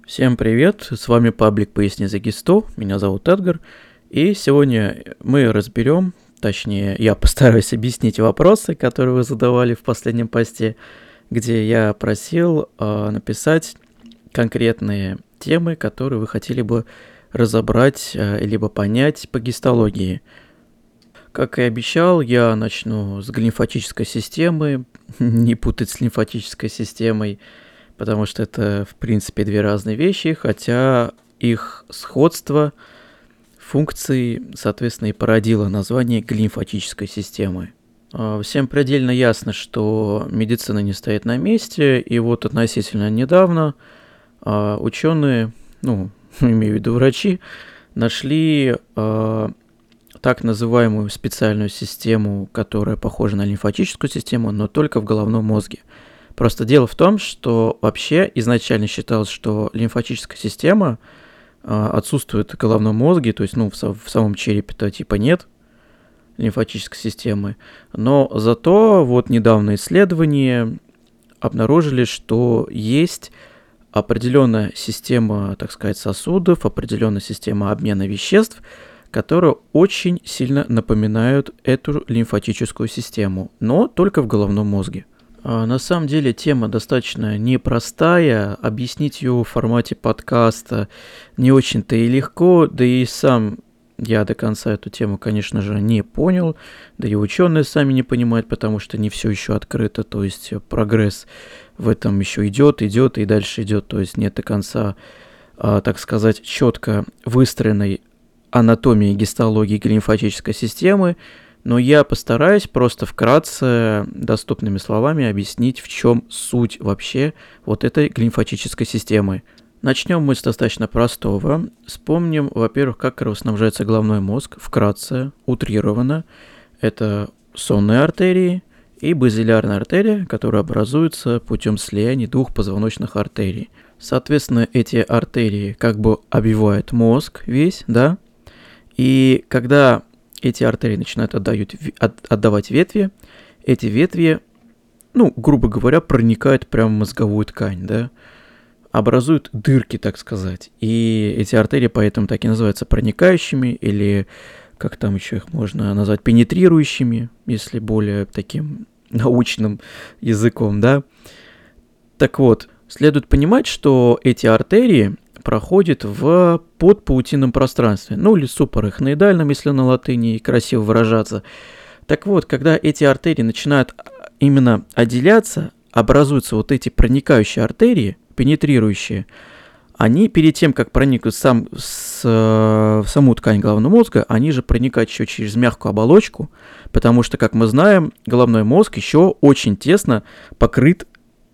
Всем привет, с вами паблик «Поясни за Гисто», меня зовут Эдгар, и сегодня мы разберем, точнее, я постараюсь объяснить вопросы, которые вы задавали в последнем посте, где я просил написать конкретные темы, которые вы хотели бы разобрать либо понять по гистологии. Как и обещал, я начну с глимфатической системы, не путать с лимфатической системой, потому что это, в принципе, две разные вещи, хотя их сходство функций, соответственно, и породило название глимфатической системы. Всем предельно ясно, что медицина не стоит на месте, и вот относительно недавно ученые, имею в виду врачи, нашли так называемую специальную систему, которая похожа на лимфатическую систему, но только в головном мозге. Просто дело в том, что вообще изначально считалось, что лимфатическая система отсутствует в головном мозге, то есть, в самом черепе-то типа нет лимфатической системы. Но зато вот недавно исследования обнаружили, что есть определенная система, так сказать, сосудов, определенная система обмена веществ, которые очень сильно напоминают эту лимфатическую систему, но только в головном мозге. На самом деле тема достаточно непростая, объяснить ее в формате подкаста не очень-то и легко, да и сам я до конца эту тему, конечно же, не понял, да и ученые сами не понимают, потому что не все еще открыто, то есть прогресс в этом еще идет и дальше идет, то есть нет до конца, так сказать, четко выстроенной анатомии, гистологии лимфатической системы. Но я постараюсь просто вкратце, доступными словами объяснить, в чем суть вообще вот этой лимфатической системы. Начнем мы с достаточно простого. Вспомним, во-первых, как кровоснабжается головной мозг, вкратце, утрированно. Это сонные артерии и базилярная артерия, которая образуется путем слияния двух позвоночных артерий. Соответственно, эти артерии как бы обвивают мозг весь, да? И когда эти артерии начинают отдавать ветви, эти ветви, грубо говоря, проникают прямо в мозговую ткань, да, образуют дырки, так сказать. И эти артерии поэтому так и называются проникающими, или как там еще их можно назвать, пенетрирующими, если более таким научным языком, да. Так вот, следует понимать, что эти артерии проходит в подпаутинном пространстве, или супарахноидальном, если на латыни красиво выражаться. Так вот, когда эти артерии начинают именно отделяться, образуются вот эти проникающие артерии, пенетрирующие, они перед тем, как проникнуть в саму ткань головного мозга, они же проникают еще через мягкую оболочку, потому что, как мы знаем, головной мозг еще очень тесно покрыт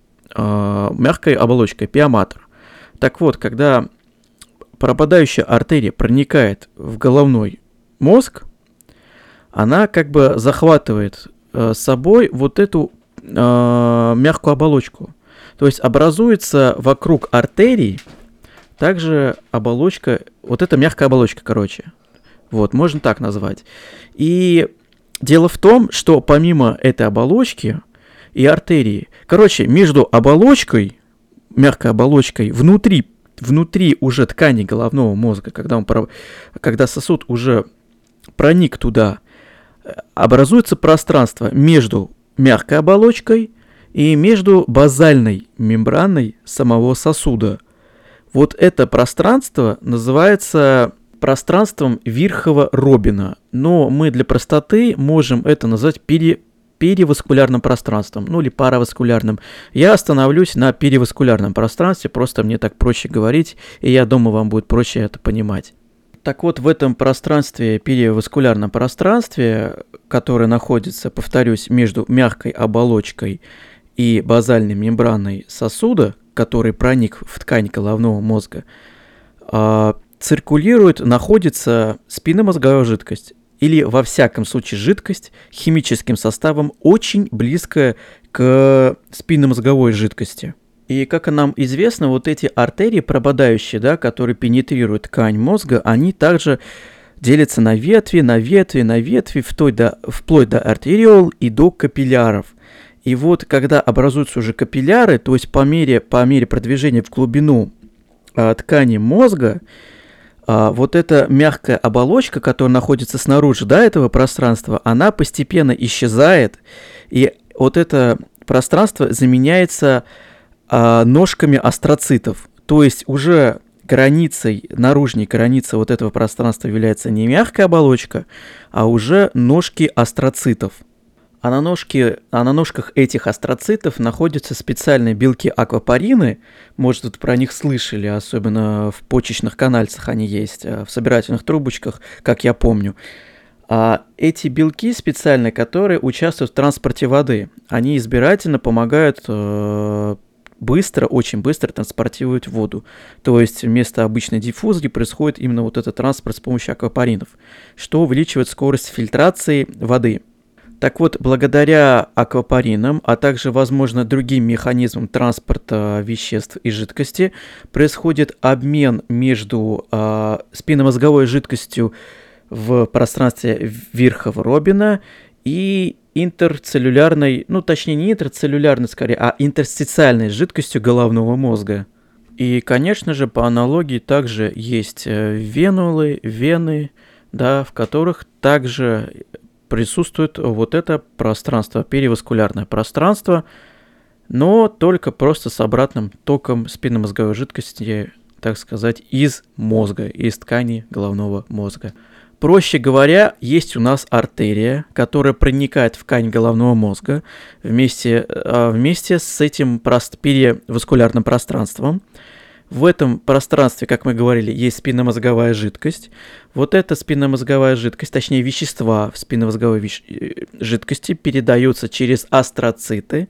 мягкой оболочкой, пиоматор. Так вот, когда пропадающая артерия проникает в головной мозг, она как бы захватывает с собой вот эту мягкую оболочку. То есть образуется вокруг артерий также оболочка, вот эта мягкая оболочка, Вот, можно так назвать. И дело в том, что помимо этой оболочки и артерии, между оболочкой, мягкой оболочкой, внутри уже ткани головного мозга, когда сосуд уже проник туда, образуется пространство между мягкой оболочкой и между базальной мембраной самого сосуда. Вот это пространство называется пространством Вирхова-Робина, но мы для простоты можем это назвать периваскулярным пространством, или параваскулярным. Я остановлюсь на периваскулярном пространстве, просто мне так проще говорить, и я думаю, вам будет проще это понимать. Так вот, в этом пространстве, периваскулярном пространстве, которое находится, повторюсь, между мягкой оболочкой и базальной мембраной сосуда, который проник в ткань головного мозга, находится спинномозговая жидкость. Или, во всяком случае, жидкость химическим составом очень близкая к спинномозговой жидкости. И, как нам известно, вот эти артерии пропадающие, которые пенетрируют ткань мозга, они также делятся на ветви, вплоть до артериол и до капилляров. И вот, когда образуются уже капилляры, то есть по мере продвижения в глубину ткани мозга, вот эта мягкая оболочка, которая находится снаружи, да, этого пространства, она постепенно исчезает, и вот это пространство заменяется ножками астроцитов. То есть уже границей, наружной границей вот этого пространства является не мягкая оболочка, а уже ножки астроцитов. А на ножках этих астроцитов находятся специальные белки аквапорины. Может, вы про них слышали, особенно в почечных канальцах они есть, в собирательных трубочках, как я помню. А эти белки специальные, которые участвуют в транспорте воды, они избирательно помогают быстро, очень быстро транспортировать воду. То есть вместо обычной диффузии происходит именно вот этот транспорт с помощью аквапоринов, что увеличивает скорость фильтрации воды. Так вот, благодаря аквапоринам, а также, возможно, другим механизмам транспорта веществ и жидкости, происходит обмен между спинномозговой жидкостью в пространстве Вирхова-Робина и интерцеллюлярной, ну точнее не интерцеллюлярной скорее, а интерстициальной жидкостью головного мозга. И, конечно же, по аналогии также есть венулы, вены, да, в которых также присутствует вот это пространство, периваскулярное пространство, но только просто с обратным током спинномозговой жидкости, так сказать, из мозга, из ткани головного мозга. Проще говоря, есть у нас артерия, которая проникает в ткань головного мозга вместе с этим периваскулярным пространством. В этом пространстве, как мы говорили, есть спинномозговая жидкость. Вот эта спинномозговая жидкость, точнее вещества в спинномозговой жидкости передаются через астроциты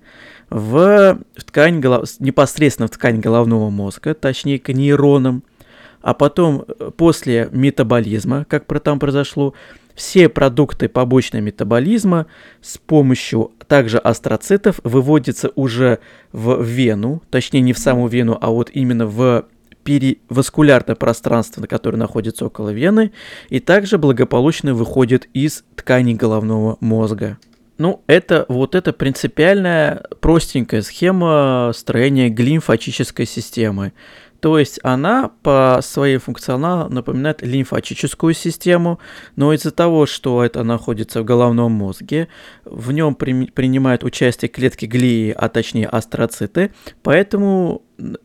в ткань, непосредственно в ткань головного мозга, точнее к нейронам. А потом, после метаболизма, как там произошло, все продукты побочного метаболизма с помощью также астроцитов выводятся уже в вену, точнее не в саму вену, а вот именно в периваскулярное пространство, которое находится около вены, и также благополучно выходит из ткани головного мозга. Ну, это принципиальная простенькая схема строения глимфатической системы. То есть она по своей функционалу напоминает лимфатическую систему, но из-за того, что это находится в головном мозге, в нем принимают участие клетки глии, а точнее астроциты, поэтому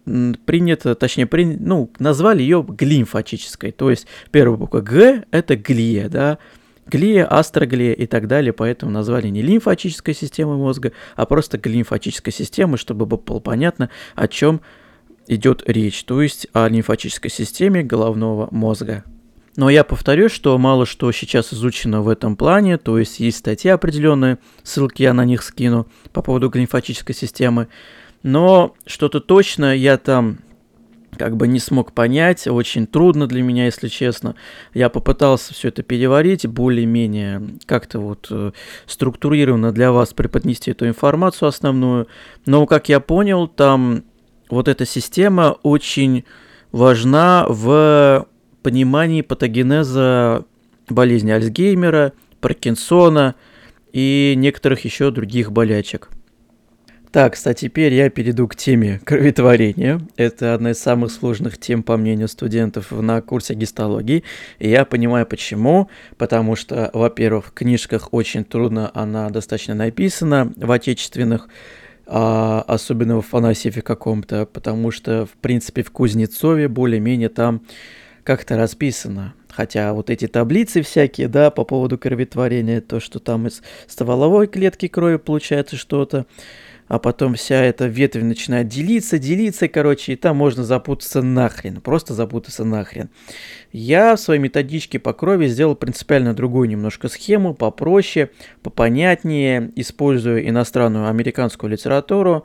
назвали ее глимфатической. То есть первая буква Г – это глия, да, глия, астроглия и так далее, поэтому назвали не лимфатической системой мозга, а просто глимфатической системой, чтобы было понятно, о чем идет речь, то есть о лимфатической системе головного мозга. Но я повторюсь, что мало что сейчас изучено в этом плане, то есть есть статьи определенные, ссылки я на них скину по поводу лимфатической системы, но что-то точно я там как бы не смог понять, очень трудно для меня, если честно. Я попытался все это переварить, более-менее как-то вот структурированно для вас преподнести эту информацию основную, но, как я понял, там вот эта система очень важна в понимании патогенеза болезни Альцгеймера, Паркинсона и некоторых еще других болячек. Так, кстати, теперь я перейду к теме кроветворения. Это одна из самых сложных тем, по мнению студентов, на курсе гистологии. И я понимаю, почему. Потому что, во-первых, в книжках очень трудно, она достаточно написана, в отечественных, особенно в Афанасьеве каком-то, потому что, в принципе, в Кузнецове более-менее там как-то расписано. Хотя вот эти таблицы всякие, да, по поводу кроветворения, то, что там из стволовой клетки крови получается что-то, а потом вся эта ветвь начинает делиться, короче, и там можно запутаться нахрен, просто запутаться нахрен. Я в своей методичке по крови сделал принципиально другую немножко схему, попроще, попонятнее, используя иностранную американскую литературу.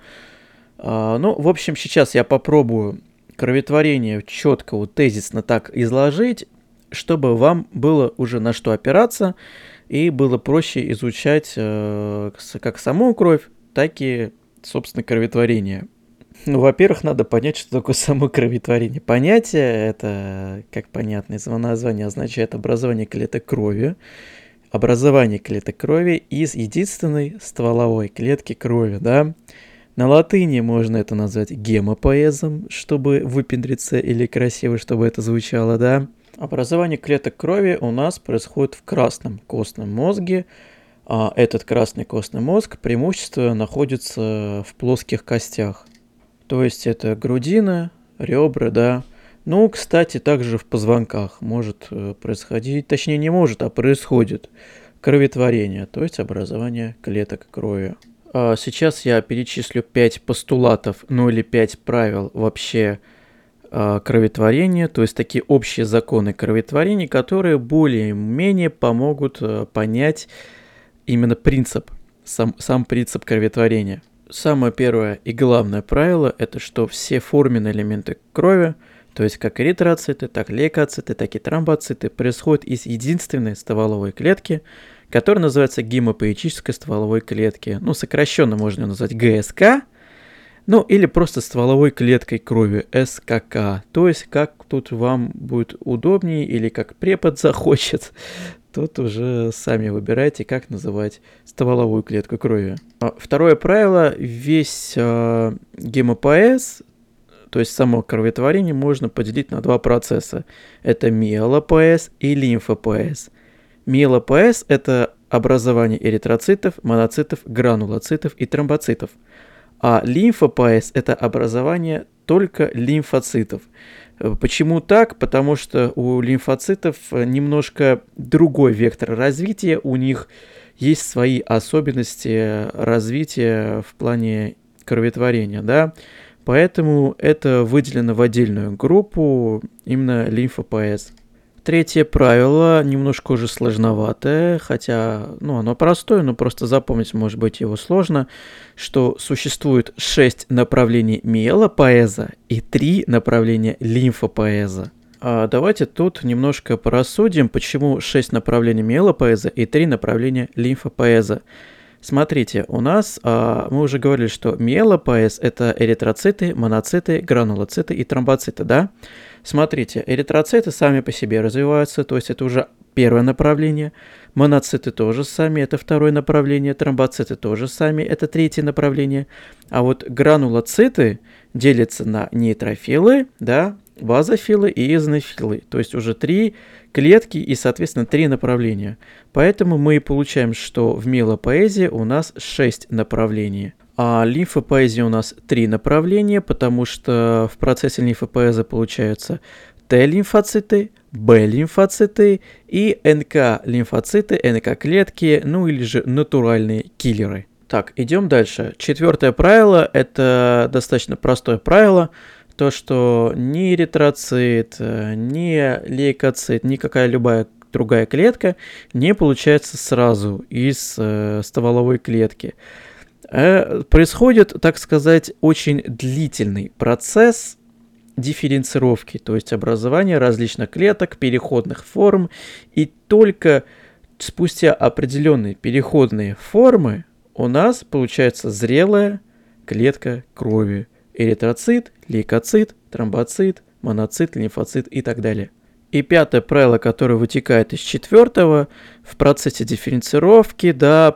Ну, в общем, сейчас я попробую кроветворение четко, вот тезисно так изложить, чтобы вам было уже на что опираться, и было проще изучать как саму кровь, так и, собственно, кроветворение. Ну, во-первых, надо понять, что такое само кроветворение. Понятие это, как понятно из его названия, означает образование клеток крови. Образование клеток крови из единственной стволовой клетки крови, да. На латыни можно это назвать гемопоэзом, чтобы выпендриться, или красиво, чтобы это звучало, да. Образование клеток крови у нас происходит в красном костном мозге, а этот красный костный мозг преимущественно находится в плоских костях. То есть это грудина, ребра, да. Ну, кстати, также в позвонках может происходить, точнее не может, а происходит кроветворение, то есть образование клеток крови. Сейчас я перечислю 5 постулатов, ну или 5 правил вообще кроветворения, то есть такие общие законы кроветворения, которые более-менее помогут понять именно принцип, сам принцип кроветворения. Самое первое и главное правило – это что все форменные элементы крови, то есть как эритроциты, так лейкоциты, так и тромбоциты, происходят из единственной стволовой клетки, которая называется гемопоэтической стволовой клетки. Ну, сокращенно можно ее назвать ГСК, ну или просто стволовой клеткой крови, СКК. То есть как тут вам будет удобнее или как препод захочет, тут уже сами выбирайте, как называть стволовую клетку крови. Второе правило, весь гемопоэз, то есть само кроветворение, можно поделить на два процесса. Это миелопоэз и лимфопоэз. Миелопоэз – это образование эритроцитов, моноцитов, гранулоцитов и тромбоцитов. А лимфопоэз – это образование только лимфоцитов. Почему так? Потому что у лимфоцитов немножко другой вектор развития, у них есть свои особенности развития в плане кроветворения, да? Поэтому это выделено в отдельную группу, именно лимфопоэз. Третье правило немножко уже сложноватое, хотя, оно простое, но просто запомнить, может быть, его сложно, что существует 6 направлений миелопоэза и 3 направления лимфопоэза. Давайте тут немножко порассудим, почему 6 направлений миелопоэза и 3 направления лимфопоэза. Смотрите, у нас, мы уже говорили, что миелопоэз – это эритроциты, моноциты, гранулоциты и тромбоциты, да? Смотрите, эритроциты сами по себе развиваются, то есть это уже первое направление, моноциты тоже сами, это второе направление, тромбоциты тоже сами, это третье направление, а вот гранулоциты делятся на нейтрофилы, да, базофилы и эозинофилы, то есть уже 3 клетки и, соответственно, 3 направления. Поэтому мы получаем, что в миелопоэзе у нас 6 направлений. А лимфопоэзе у нас 3 направления, потому что в процессе лимфопоэза получаются Т-лимфоциты, Б-лимфоциты и НК-лимфоциты, НК-клетки, ну или же натуральные киллеры. Так, идем дальше. 4 правило – это достаточно простое правило. То, что ни эритроцит, ни лейкоцит, никакая любая другая клетка не получается сразу из стволовой клетки. Происходит, так сказать, очень длительный процесс дифференцировки, то есть образования различных клеток, переходных форм, и только спустя определенные переходные формы у нас получается зрелая клетка крови. Эритроцит, лейкоцит, тромбоцит, моноцит, лимфоцит и так далее. И 5 правило, которое вытекает из 4, в процессе дифференцировки, да,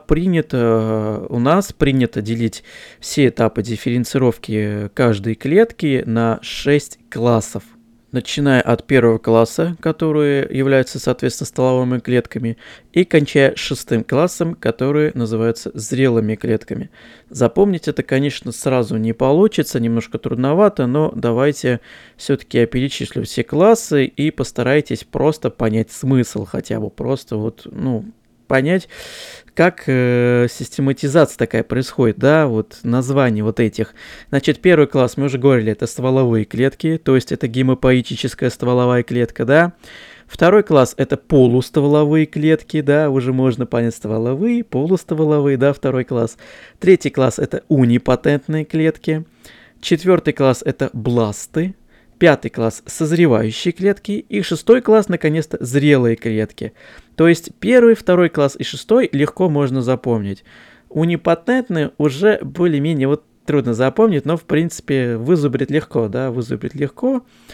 у нас принято делить все этапы дифференцировки каждой клетки на 6 классов. Начиная от 1 класса, которые являются, соответственно, стволовыми клетками, и кончая 6 классом, которые называются зрелыми клетками. Запомнить это, конечно, сразу не получится, немножко трудновато, но давайте все-таки я перечислю все классы и постарайтесь просто понять смысл, хотя бы просто понять, как систематизация такая происходит, да, вот название вот этих. Значит, 1 класс, мы уже говорили, это стволовые клетки, то есть это гемопоэтическая стволовая клетка, да. 2 класс это полустволовые клетки, да, уже можно понять стволовые, полустволовые, да, 2 класс. 3 класс это унипатентные клетки. 4 класс это бласты. 5 класс – созревающие клетки, и 6 класс, наконец-то, зрелые клетки. То есть 1, 2 класс и 6 легко можно запомнить. Унипатентные уже более-менее трудно запомнить, но, в принципе, вызубрить легко, да, вызубрить легко.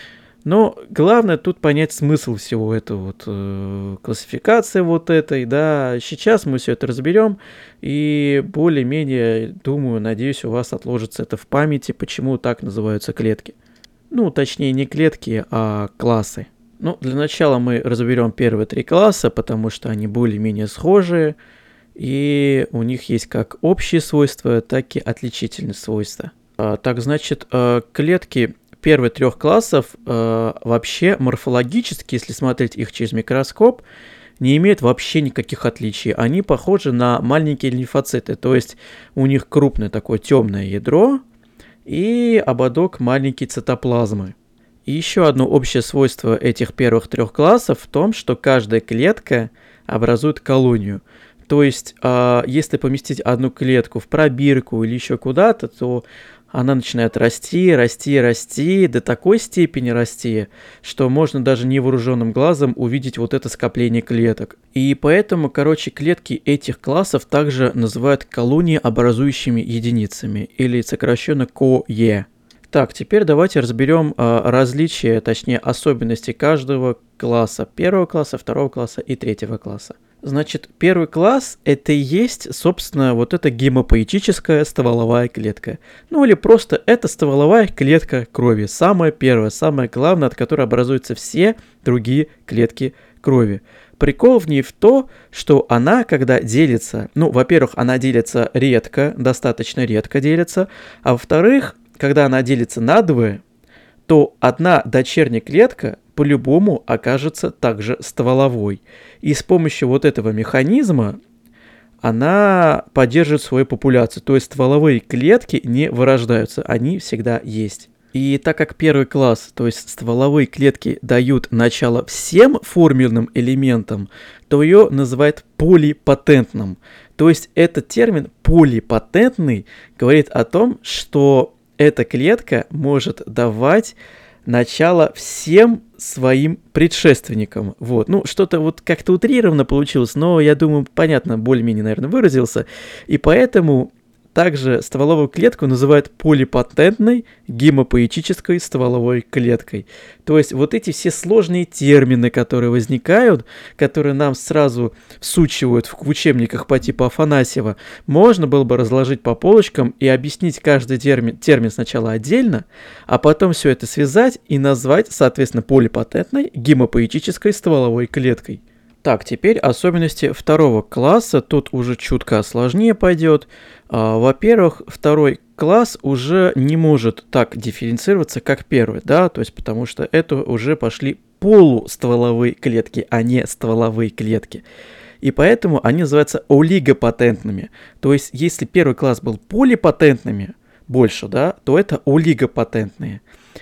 Но главное тут понять смысл всего этого, классификации вот этой, да. Сейчас мы все это разберем, и более-менее, думаю, надеюсь, у вас отложится это в памяти, почему так называются клетки. Ну, точнее, не клетки, а классы. Ну, для начала мы разберем первые 3 класса, потому что они более-менее схожие, и у них есть как общие свойства, так и отличительные свойства. Так, значит, клетки первых 3 классов вообще морфологически, если смотреть их через микроскоп, не имеют вообще никаких отличий. Они похожи на маленькие лимфоциты, то есть у них крупное такое темное ядро и ободок маленькой цитоплазмы. И еще одно общее свойство этих первых 3 классов в том, что каждая клетка образует колонию. То есть, если поместить одну клетку в пробирку или еще куда-то, то она начинает расти до такой степени расти, что можно даже невооруженным глазом увидеть вот это скопление клеток. И поэтому, клетки этих классов также называют колонии-образующими единицами, или сокращенно КОЕ. Так, теперь давайте разберем различия, точнее особенности каждого класса, первого класса, второго класса и третьего класса. Значит, первый класс – это и есть, собственно, вот эта гемопоэтическая стволовая клетка. Ну или просто это стволовая клетка крови, самая первая, самая главная, от которой образуются все другие клетки крови. Прикол в ней в том, что она, когда делится, во-первых, она делится редко, достаточно редко делится, а во-вторых, когда она делится надвое, то одна дочерняя клетка по-любому окажется также стволовой. И с помощью вот этого механизма она поддерживает свою популяцию. То есть стволовые клетки не вырождаются, они всегда есть. И так как первый класс, то есть стволовые клетки, дают начало всем формульным элементам, то ее называют полипатентным. То есть этот термин полипатентный говорит о том, что эта клетка может давать начало всем своим предшественникам. Что-то как-то утрированно получилось, но я думаю, понятно, более-менее, наверное, выразился. И поэтому также стволовую клетку называют полипатентной гемопоэтической стволовой клеткой. То есть вот эти все сложные термины, которые возникают, которые нам сразу всучивают в учебниках по типу Афанасьева, можно было бы разложить по полочкам и объяснить каждый термин сначала отдельно, а потом все это связать и назвать, соответственно, полипатентной гемопоэтической стволовой клеткой. Так, теперь особенности второго класса, тут уже чутка сложнее пойдет. Во-первых, второй класс уже не может так дифференцироваться, как первый, да, то есть потому что это уже пошли полустволовые клетки, а не стволовые клетки. И поэтому они называются олигопатентными. То есть если первый класс был полипатентными больше, да, то это олигопатентные.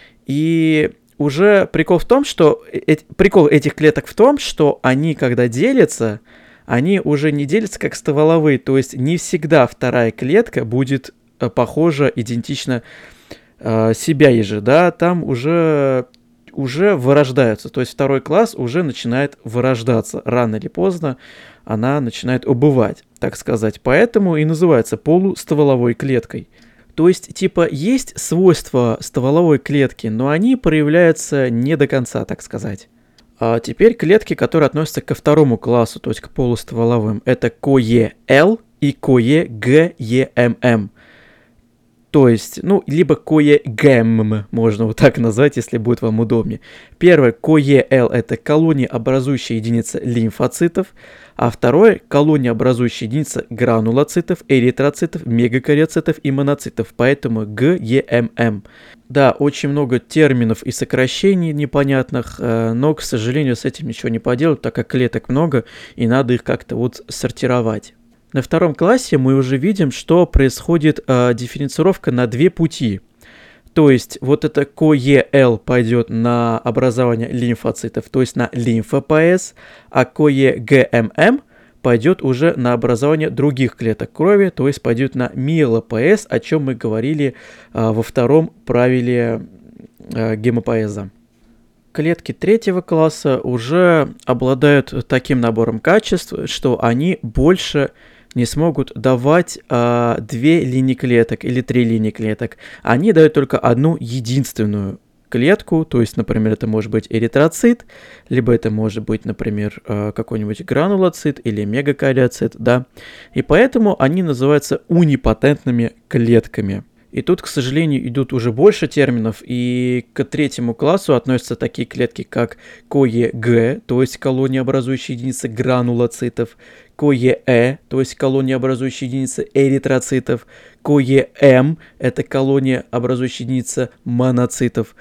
И уже прикол в том, что прикол этих клеток в том, что они, когда делятся, они уже не делятся как стволовые, то есть не всегда вторая клетка будет похожа, идентично себя же, да, там уже вырождаются, то есть второй класс уже начинает вырождаться, рано или поздно она начинает убывать, так сказать, поэтому и называется полустволовой клеткой. То есть, есть свойства стволовой клетки, но они проявляются не до конца, так сказать. А теперь клетки, которые относятся ко второму классу, то есть к полустволовым, это КОЕ-Л и КОЕ-ГЕММ. То есть, либо КОЕ-ГЭММ, можно вот так назвать, если будет вам удобнее. Первое, КОЕ-Л, это колония-образующая единица лимфоцитов, а второе, колония-образующая единица гранулоцитов, эритроцитов, мегакариоцитов и моноцитов, поэтому ГЕММ. Да, очень много терминов и сокращений непонятных, но, к сожалению, с этим ничего не поделать, так как клеток много, и надо их как-то сортировать. На втором классе мы уже видим, что происходит дифференцировка на 2 пути. То есть вот это КОЕ-Л пойдет на образование лимфоцитов, то есть на лимфопоэз, а КОЕ-ГММ пойдет уже на образование других клеток крови, то есть пойдет на миелопоэз, о чем мы говорили во втором правиле гемопоэза. Клетки третьего класса уже обладают таким набором качеств, что они больше не смогут давать 2 линии клеток или 3 линии клеток. Они дают только одну единственную клетку, то есть, например, это может быть эритроцит, либо это может быть, например, какой-нибудь гранулоцит или мегакариоцит, да, и поэтому они называются унипотентными клетками. И тут, к сожалению, идут уже больше терминов, и к третьему классу относятся такие клетки, как КОЕГ, то есть колониеобразующие единицы гранулоцитов, КОЕЭ, то есть колониеобразующие единицы эритроцитов, КОЕМ, это колониеобразующая единица моноцитов,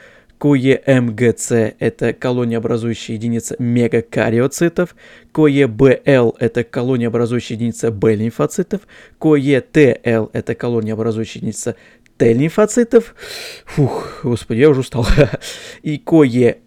КОЕМГЦ – это колониеобразующая единица мегакариоцитов, КОЕБЛ – это колониеобразующая единица Б-лимфоцитов, КОЕТЛ – это колониеобразующая единица Т-лимфоцитов, фух, господи, я уже устал, и КОЕНК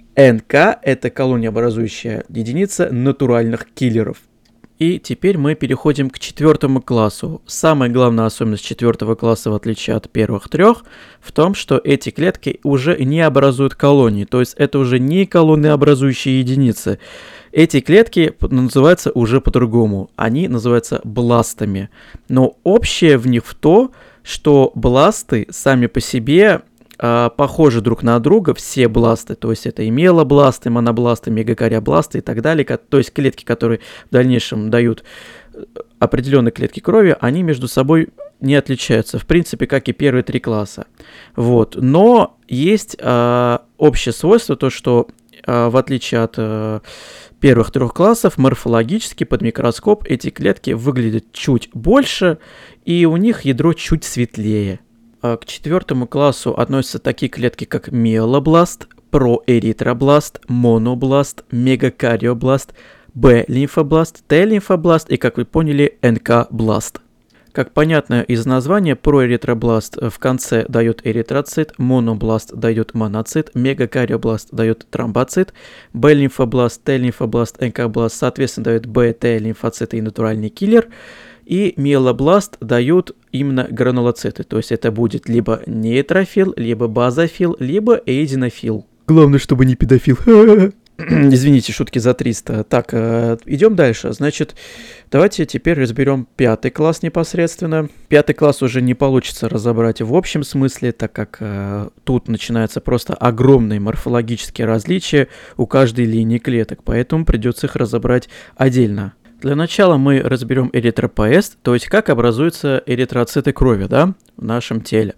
– это колониеобразующая единица натуральных киллеров. И теперь мы переходим к четвертому классу. Самая главная особенность четвертого класса, в отличие от первых трех, в том, что эти клетки уже не образуют колонии, то есть это уже не колониеобразующие единицы. Эти клетки называются уже по-другому, они называются бластами. Но общее в них в то, что бласты сами по себе похожи друг на друга, все бласты, то есть это и мелобласты, монобласты, мегакариобласты и так далее, то есть клетки, которые в дальнейшем дают определенные клетки крови, они между собой не отличаются, в принципе, как и первые три класса. Вот. Но есть общее свойство, то что в отличие от первых трех классов, морфологически под микроскоп эти клетки выглядят чуть больше, и у них ядро чуть светлее. К четвертому классу относятся такие клетки, как миелобласт, проэритробласт, монобласт, мегакариобласт, Б-лимфобласт, Т-лимфобласт и, как вы поняли, НК-бласт. Как понятно из названия, проэритробласт в конце дает эритроцит, монобласт дает моноцит, мегакариобласт дает тромбоцит, Б-лимфобласт, Т-лимфобласт, НК-бласт, соответственно, дает Б, Т-лимфоциты и натуральный киллер. И миелобласт дают именно гранулоциты, то есть это будет либо нейтрофил, либо базофил, либо эозинофил. Главное, чтобы не педофил. Извините, шутки за 300. Так, идем дальше. Значит, давайте теперь разберем пятый класс непосредственно. Пятый класс уже не получится разобрать в общем смысле, так как тут начинаются просто огромные морфологические различия у каждой линии клеток, поэтому придется их разобрать отдельно. Для начала мы разберем эритропоэз, то есть как образуются эритроциты крови, да, в нашем теле.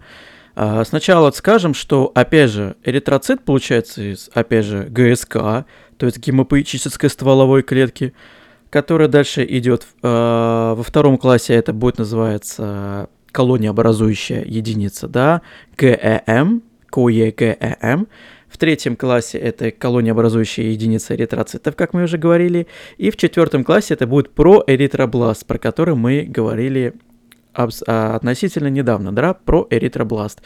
Сначала скажем, что, опять же, эритроцит получается из, опять же, ГСК, то есть гемопоэтической стволовой клетки, которая дальше идет во втором классе, это будет называться колониеобразующая единица, да, КЭМ, КОЕГЭМ. В третьем классе это колониеобразующая единица эритроцитов, как мы уже говорили. И в четвертом классе это будет проэритробласт, про который мы говорили относительно недавно, да, проэритробласт.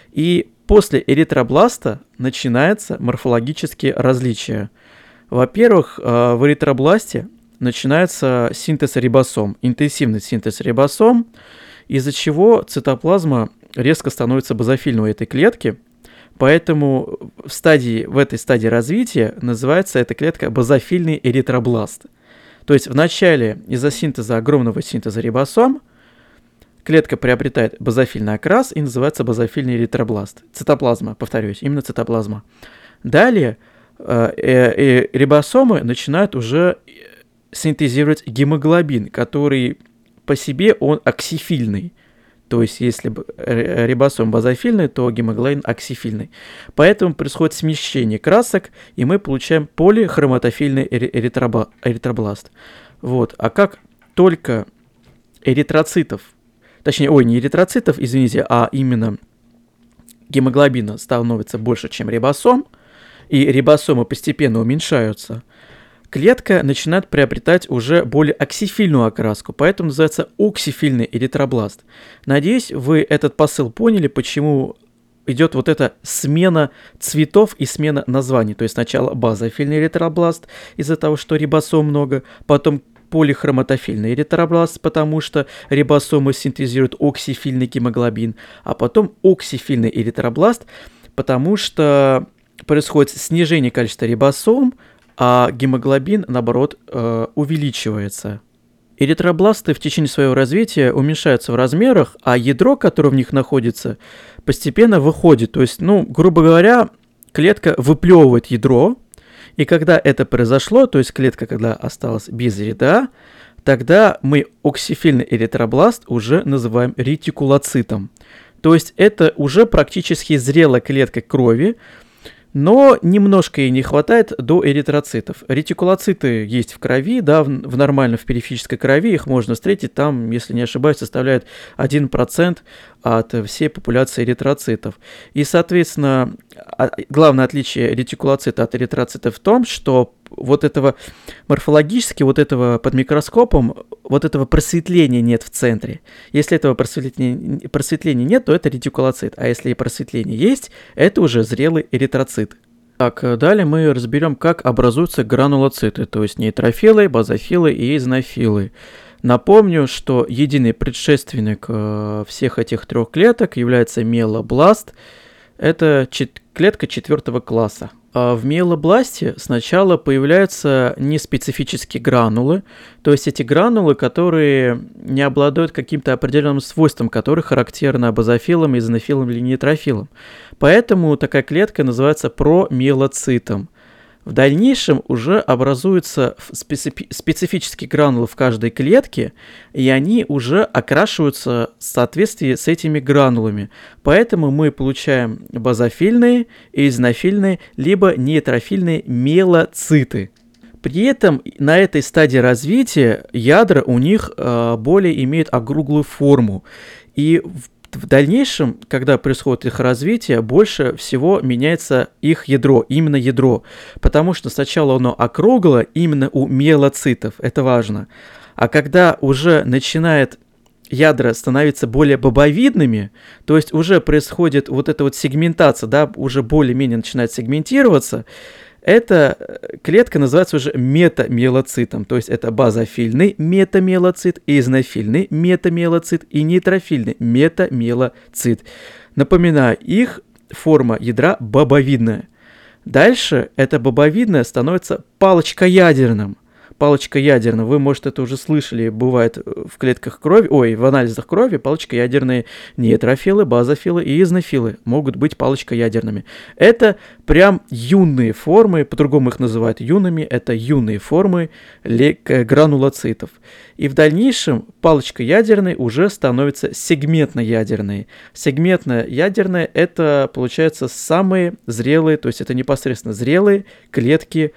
И после эритробласта начинаются морфологические различия. Во-первых, в эритробласте начинается синтез рибосом, интенсивный синтез рибосом, из-за чего цитоплазма резко становится базофильной у этой клетки. Поэтому в этой стадии развития называется эта клетка базофильный эритробласт. То есть вначале из-за огромного синтеза рибосом клетка приобретает базофильный окрас и называется базофильный эритробласт. Цитоплазма, повторюсь, именно цитоплазма. Далее рибосомы начинают уже синтезировать гемоглобин, который по себе он оксифильный. То есть, если рибосом базофильный, то гемоглобин оксифильный. Поэтому происходит смещение красок, и мы получаем полихроматофильный эритробласт. Вот. А как только эритроцитов, не эритроцитов, извините, а именно гемоглобина становится больше, чем рибосом, и рибосомы постепенно уменьшаются, клетка начинает приобретать уже более оксифильную окраску, поэтому называется оксифильный эритробласт. Надеюсь, вы этот посыл поняли, почему идет вот эта смена цветов и смена названий. То есть сначала базофильный эритробласт из-за того, что рибосом много, потом полихроматофильный эритробласт, потому что рибосомы синтезируют оксифильный гемоглобин, а потом оксифильный эритробласт, потому что происходит снижение количества рибосом, а гемоглобин, наоборот, увеличивается. Эритробласты в течение своего развития уменьшаются в размерах, а ядро, которое в них находится, постепенно выходит. То есть, грубо говоря, клетка выплевывает ядро, и когда это произошло, то есть клетка, когда осталась без ядра, тогда мы оксифильный эритробласт уже называем ретикулоцитом. То есть это уже практически зрелая клетка крови, но немножко ей не хватает до эритроцитов. Ретикулоциты есть в крови, да, в нормальной, в периферической крови их можно встретить, там, если не ошибаюсь, составляют 1% от всей популяции эритроцитов. И, соответственно, главное отличие ретикулоцита от эритроцита в том, что вот этого морфологически, вот этого под микроскопом, вот этого просветления нет в центре. Если этого просветления нет, то это ретикулоцит. А если просветление есть, это уже зрелый эритроцит. Так, далее мы разберем, как образуются гранулоциты, то есть нейтрофилы, базофилы и эозинофилы. Напомню, что единый предшественник всех этих трех клеток является миелобласт. Это клетка 4 класса. А в миелобласте сначала появляются неспецифические гранулы, то есть эти гранулы, которые не обладают каким-то определенным свойством, которое характерно базофилам, эозинофилам или нейтрофилам. Поэтому такая клетка называется промиелоцитом. В дальнейшем уже образуются специфические гранулы в каждой клетке, и они уже окрашиваются в соответствии с этими гранулами. Поэтому мы получаем базофильные, эозинофильные, либо нейтрофильные миелоциты. При этом на этой стадии развития ядра у них более имеют округлую форму. И в дальнейшем, когда происходит их развитие, больше всего меняется их ядро, именно ядро. Потому что сначала оно округло именно у миелоцитов, это важно. А когда уже начинает ядра становиться более бобовидными, то есть уже происходит вот эта вот сегментация, да, уже более-менее начинает сегментироваться, эта клетка называется уже метамиелоцитом, то есть это базофильный метамиелоцит, эозинофильный метамиелоцит и нейтрофильный метамиелоцит. Напоминаю, их форма ядра бобовидная. Дальше это бобовидное становится палочкоядерным. Палочкоядерным, вы, может, это уже слышали, бывает в клетках крови, в анализах крови палочкоядерные нейтрофилы, базофилы и эозинофилы могут быть палочкоядерными. Это прям юные формы, по-другому их называют юными, это юные формы гранулоцитов. И в дальнейшем палочкоядерные уже становятся сегментно-ядерные. Сегментно-ядерные это, получается, самые зрелые, то есть это непосредственно зрелые клетки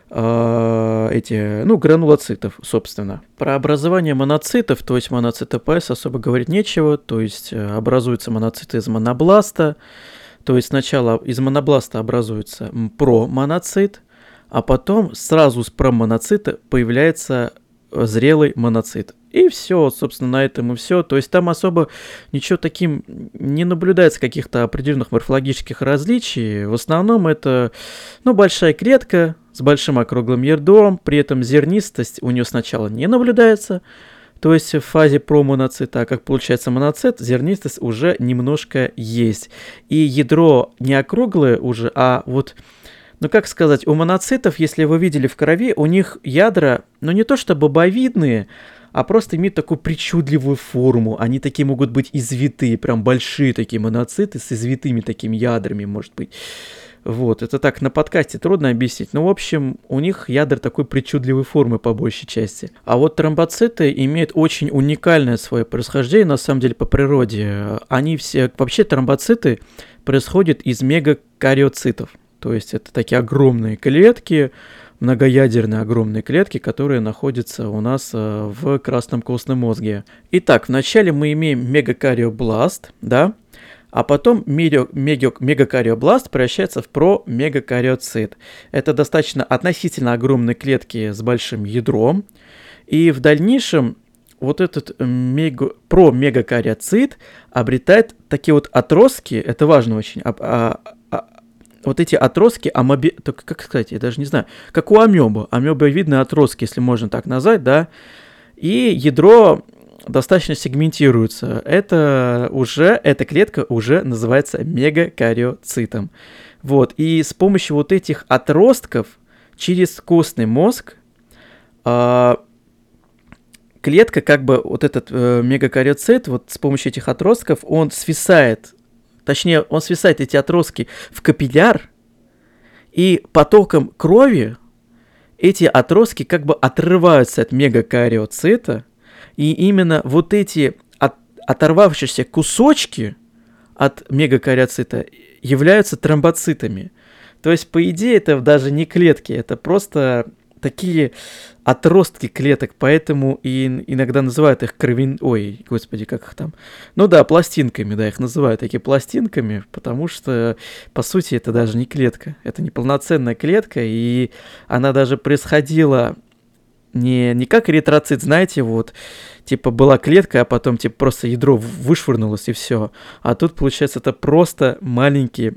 гранулоцитов, собственно. Про образование моноцитов, то есть моноцитопез, особо говорить нечего, то есть образуются моноциты из монобласта, то есть сначала из монобласта образуется промоноцит, а потом сразу с промоноцита появляется зрелый моноцит. И все, собственно, на этом и все. То есть там особо ничего таким не наблюдается, каких-то определенных морфологических различий. В основном это, большая клетка с большим округлым ядром, при этом зернистость у нее сначала не наблюдается, то есть в фазе промоноцита, а как получается моноцит, зернистость уже немножко есть. И ядро не округлое уже, а вот, у моноцитов, если вы видели в крови, у них ядра, не то что бобовидные, а просто имеют такую причудливую форму. Они такие могут быть извитые, прям большие такие моноциты с извитыми такими ядрами, может быть. Вот, это так на подкасте трудно объяснить. В общем, у них ядра такой причудливой формы по большей части. А вот тромбоциты имеют очень уникальное свое происхождение, на самом деле, по природе. Они все, вообще тромбоциты происходят из мегакариоцитов. То есть это такие огромные клетки, многоядерные огромные клетки, которые находятся у нас в красном костном мозге. Итак, вначале мы имеем мегакариобласт, да, а потом мегакариобласт превращается в промегакариоцит. Это достаточно относительно огромные клетки с большим ядром. И в дальнейшем вот этот промегакариоцит обретает такие вот отростки, это важно очень, вот эти отростки, как сказать, я даже не знаю, как у амебы, амебовидные отростки, если можно так назвать, да, и ядро достаточно сегментируется. Эта клетка уже называется мегакариоцитом. Вот, и с помощью вот этих отростков через костный мозг клетка, вот этот мегакариоцит, вот с помощью этих отростков, он свисает, эти отростки в капилляр, И потоком крови эти отростки как бы отрываются от мегакариоцита, и именно вот эти оторвавшиеся кусочки от мегакариоцита являются тромбоцитами. То есть, по идее, это даже не клетки, это просто такие отростки клеток, поэтому и иногда называют их Ой, господи, как их там? Ну да, пластинками, да, их называют такие пластинками, потому что, по сути, это даже не клетка, это не полноценная клетка, и она даже происходила не как эритроцит, знаете, вот, типа была клетка, а потом типа просто ядро вышвырнулось и все. А тут, получается, это просто маленькие,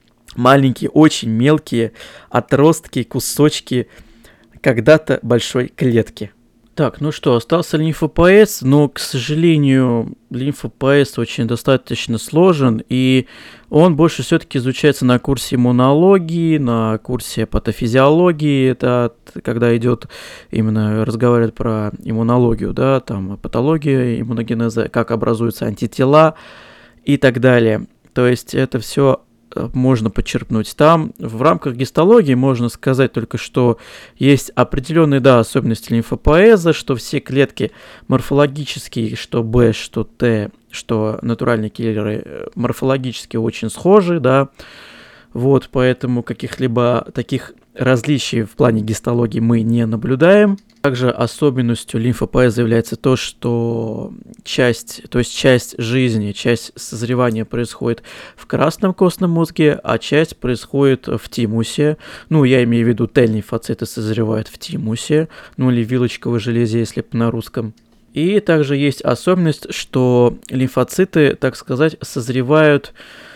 очень мелкие отростки, кусочки когда-то большой клетки. Так, ну что, остался лимфопоэз, но, к сожалению, лимфопоэз очень достаточно сложен, и он больше все-таки изучается на курсе иммунологии, на курсе патофизиологии, это когда идет именно разговаривать про иммунологию, да, там патология иммуногенеза, как образуются антитела и так далее. То есть это все можно подчеркнуть. Там в рамках гистологии можно сказать только, что есть определенные, да, особенности лимфопоэза, что все клетки морфологические, что Б, что Т, что натуральные киллеры морфологически очень схожи, да. Вот, поэтому каких-либо таких различий в плане гистологии мы не наблюдаем. Также особенностью лимфопоэза является то, что часть жизни, часть созревания происходит в красном костном мозге, а часть происходит в тимусе. Ну, я имею в виду Т-лимфоциты созревают в тимусе, ну или вилочковой железе, если на русском. И также есть особенность, что лимфоциты, так сказать, созревают.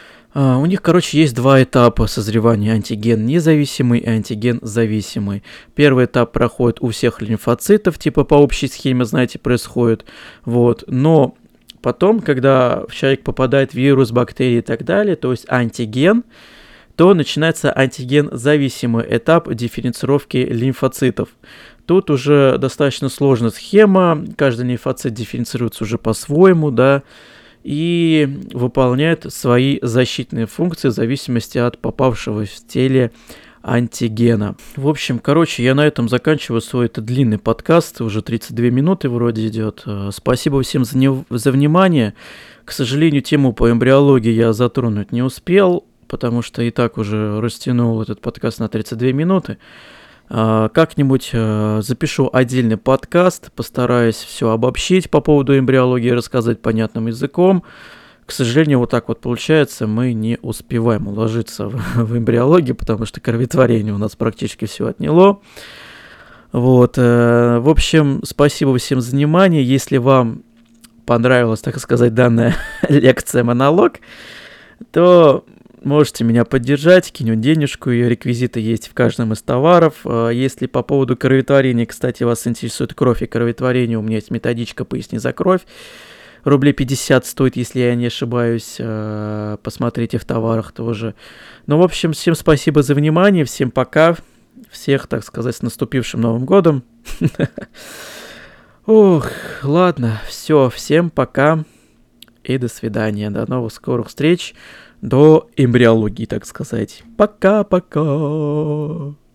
У них, есть два этапа созревания: антиген независимый и антиген зависимый. Первый этап проходит у всех лимфоцитов, типа по общей схеме, знаете, происходит. Вот. Но потом, когда в человек попадает вирус, бактерии и так далее, то есть антиген, то начинается антиген-зависимый этап дифференцировки лимфоцитов. Тут уже достаточно сложная схема, каждый лимфоцит дифференцируется уже по-своему, да, и выполняет свои защитные функции в зависимости от попавшего в теле антигена. В общем, я на этом заканчиваю свой длинный подкаст, уже 32 минуты вроде идет. Спасибо всем за внимание. К сожалению, тему по эмбриологии я затронуть не успел, потому что и так уже растянул этот подкаст на 32 минуты. Как-нибудь запишу отдельный подкаст, постараюсь все обобщить по поводу эмбриологии, рассказать понятным языком. К сожалению, вот так вот получается, мы не успеваем уложиться в эмбриологию, потому что кроветворение у нас практически все отняло. Вот, в общем, спасибо всем за внимание. Если вам понравилась, так сказать, данная лекция-монолог, то можете меня поддержать, кинуть денежку, ее реквизиты есть в каждом из товаров. Если по поводу кроветворения, кстати, вас интересует кровь и кроветворение, у меня есть методичка «Поясни за кровь». Рублей 50 стоит, если я не ошибаюсь. Посмотрите в товарах тоже. Ну, в общем, всем спасибо за внимание, всем пока. Всех, так сказать, с наступившим Новым годом. Ох, ладно, все, всем пока и до свидания. До новых скорых встреч. До эмбриологии, так сказать. Пока-пока.